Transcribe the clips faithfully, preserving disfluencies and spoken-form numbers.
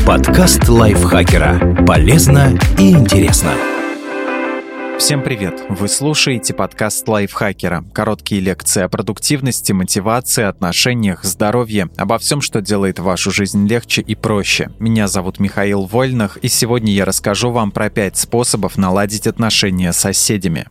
Подкаст лайфхакера. Полезно и интересно. Всем привет! Вы слушаете подкаст лайфхакера. Короткие лекции о продуктивности, мотивации, отношениях, здоровье, обо всем, что делает вашу жизнь легче и проще. Меня зовут Михаил Вольных, и сегодня я расскажу вам про пять способов наладить отношения с соседями.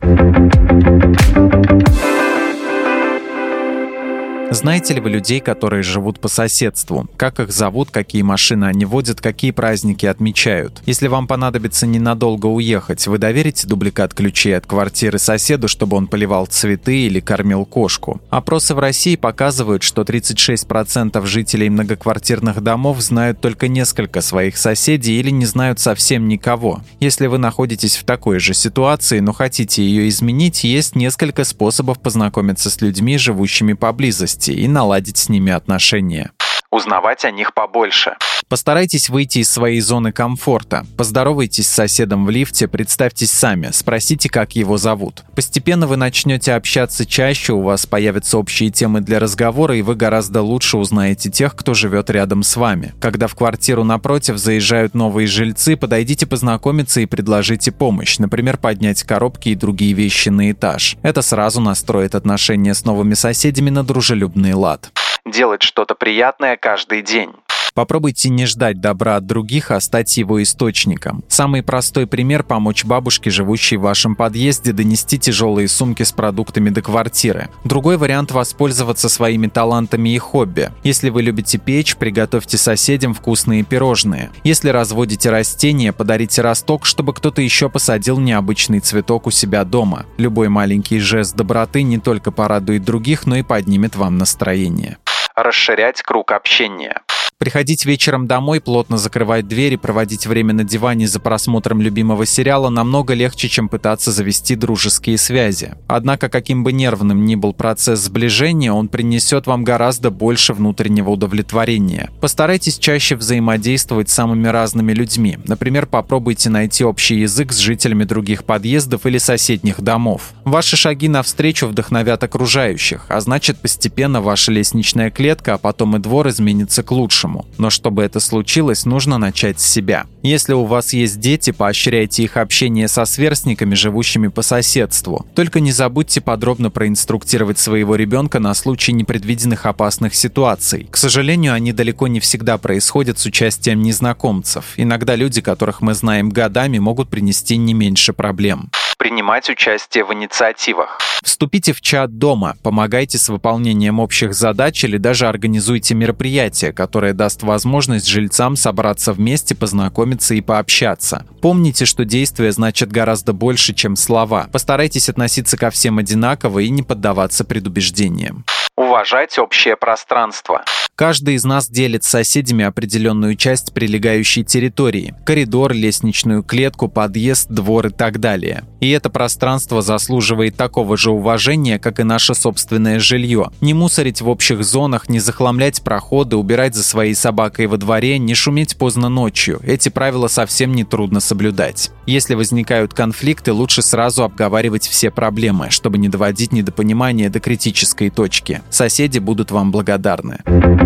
Знаете ли вы людей, которые живут по соседству? Как их зовут, какие машины они водят, какие праздники отмечают? Если вам понадобится ненадолго уехать, вы доверите дубликат ключей от квартиры соседу, чтобы он поливал цветы или кормил кошку? Опросы в России показывают, что тридцать шесть процентов жителей многоквартирных домов знают только несколько своих соседей или не знают совсем никого. Если вы находитесь в такой же ситуации, но хотите ее изменить, есть несколько способов познакомиться с людьми, живущими поблизости, и наладить с ними отношения. Узнавать о них побольше. Постарайтесь выйти из своей зоны комфорта. Поздоровайтесь с соседом в лифте, представьтесь сами, спросите, как его зовут. Постепенно вы начнете общаться чаще, у вас появятся общие темы для разговора, и вы гораздо лучше узнаете тех, кто живет рядом с вами. Когда в квартиру напротив заезжают новые жильцы, подойдите познакомиться и предложите помощь, например, поднять коробки и другие вещи на этаж. Это сразу настроит отношения с новыми соседями на дружелюбный лад. Делать что-то приятное каждый день. Попробуйте не ждать добра от других, а стать его источником. Самый простой пример – помочь бабушке, живущей в вашем подъезде, донести тяжелые сумки с продуктами до квартиры. Другой вариант – воспользоваться своими талантами и хобби. Если вы любите печь, приготовьте соседям вкусные пирожные. Если разводите растения, подарите росток, чтобы кто-то еще посадил необычный цветок у себя дома. Любой маленький жест доброты не только порадует других, но и поднимет вам настроение. Расширять круг общения. Приходить вечером домой, плотно закрывать дверь и проводить время на диване за просмотром любимого сериала намного легче, чем пытаться завести дружеские связи. Однако, каким бы нервным ни был процесс сближения, он принесет вам гораздо больше внутреннего удовлетворения. Постарайтесь чаще взаимодействовать с самыми разными людьми. Например, попробуйте найти общий язык с жителями других подъездов или соседних домов. Ваши шаги навстречу вдохновят окружающих, а значит, постепенно ваша лестничная клетка, а потом и двор изменится к лучшему. Но чтобы это случилось, нужно начать с себя. Если у вас есть дети, поощряйте их общение со сверстниками, живущими по соседству. Только не забудьте подробно проинструктировать своего ребенка на случай непредвиденных опасных ситуаций. К сожалению, они далеко не всегда происходят с участием незнакомцев. Иногда люди, которых мы знаем годами, могут принести не меньше проблем. Принимать участие в инициативах. Вступите в чат дома, помогайте с выполнением общих задач или даже организуйте мероприятие, которое даст возможность жильцам собраться вместе, познакомиться и пообщаться. Помните, что действие значит гораздо больше, чем слова. Постарайтесь относиться ко всем одинаково и не поддаваться предубеждениям. Уважать общее пространство. Каждый из нас делит с соседями определенную часть прилегающей территории – коридор, лестничную клетку, подъезд, двор и так далее. И это пространство заслуживает такого же уважения, как и наше собственное жилье. Не мусорить в общих зонах, не захламлять проходы, убирать за своей собакой во дворе, не шуметь поздно ночью. Эти правила совсем не трудно соблюдать. Если возникают конфликты, лучше сразу обговаривать все проблемы, чтобы не доводить недопонимание до критической точки. Соседи будут вам благодарны.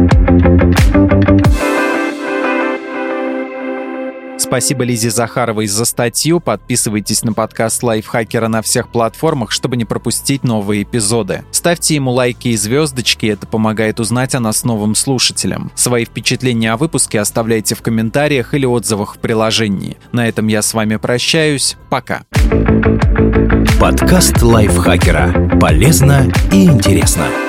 Спасибо Лизе Захаровой за статью. Подписывайтесь на подкаст лайфхакера на всех платформах, чтобы не пропустить новые эпизоды. Ставьте ему лайки и звездочки, это помогает узнать о нас новым слушателям. Свои впечатления о выпуске оставляйте в комментариях или отзывах в приложении. На этом я с вами прощаюсь. Пока. Подкаст лайфхакера. Полезно и интересно.